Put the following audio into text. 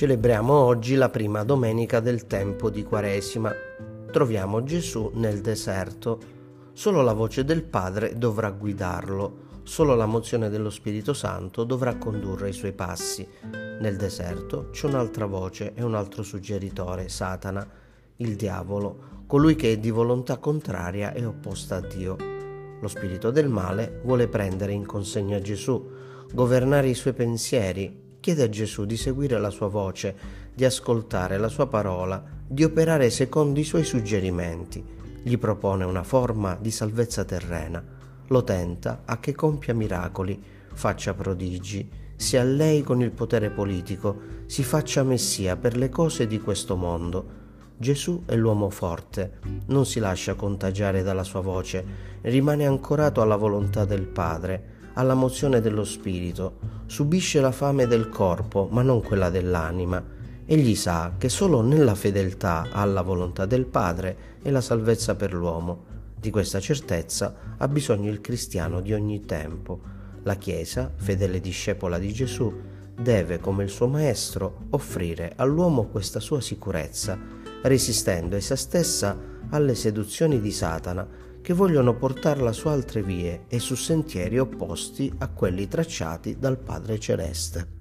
Celebriamo oggi la prima domenica del tempo di Quaresima. Troviamo Gesù nel deserto. Solo la voce del Padre dovrà guidarlo, solo la mozione dello Spirito Santo dovrà condurre i suoi passi. Nel deserto c'è un'altra voce e un altro suggeritore, Satana, il diavolo, colui che è di volontà contraria e opposta a Dio. Lo spirito del male vuole prendere in consegna Gesù, governare i suoi pensieri. Chiede a Gesù di seguire la sua voce, di ascoltare la sua parola, di operare secondo i suoi suggerimenti. Gli propone una forma di salvezza terrena. Lo tenta a che compia miracoli, faccia prodigi, si allei con il potere politico, si faccia messia per le cose di questo mondo. Gesù è l'uomo forte, non si lascia contagiare dalla sua voce, rimane ancorato alla volontà del Padre, alla mozione dello spirito, subisce la fame del corpo ma non quella dell'anima. Egli sa che solo nella fedeltà alla volontà del Padre è la salvezza per l'uomo. Di questa certezza ha bisogno il cristiano di ogni tempo. La Chiesa, fedele discepola di Gesù, deve, come il suo Maestro, offrire all'uomo questa sua sicurezza, resistendo essa stessa alle seduzioni di Satana, che vogliono portarla su altre vie e su sentieri opposti a quelli tracciati dal Padre Celeste.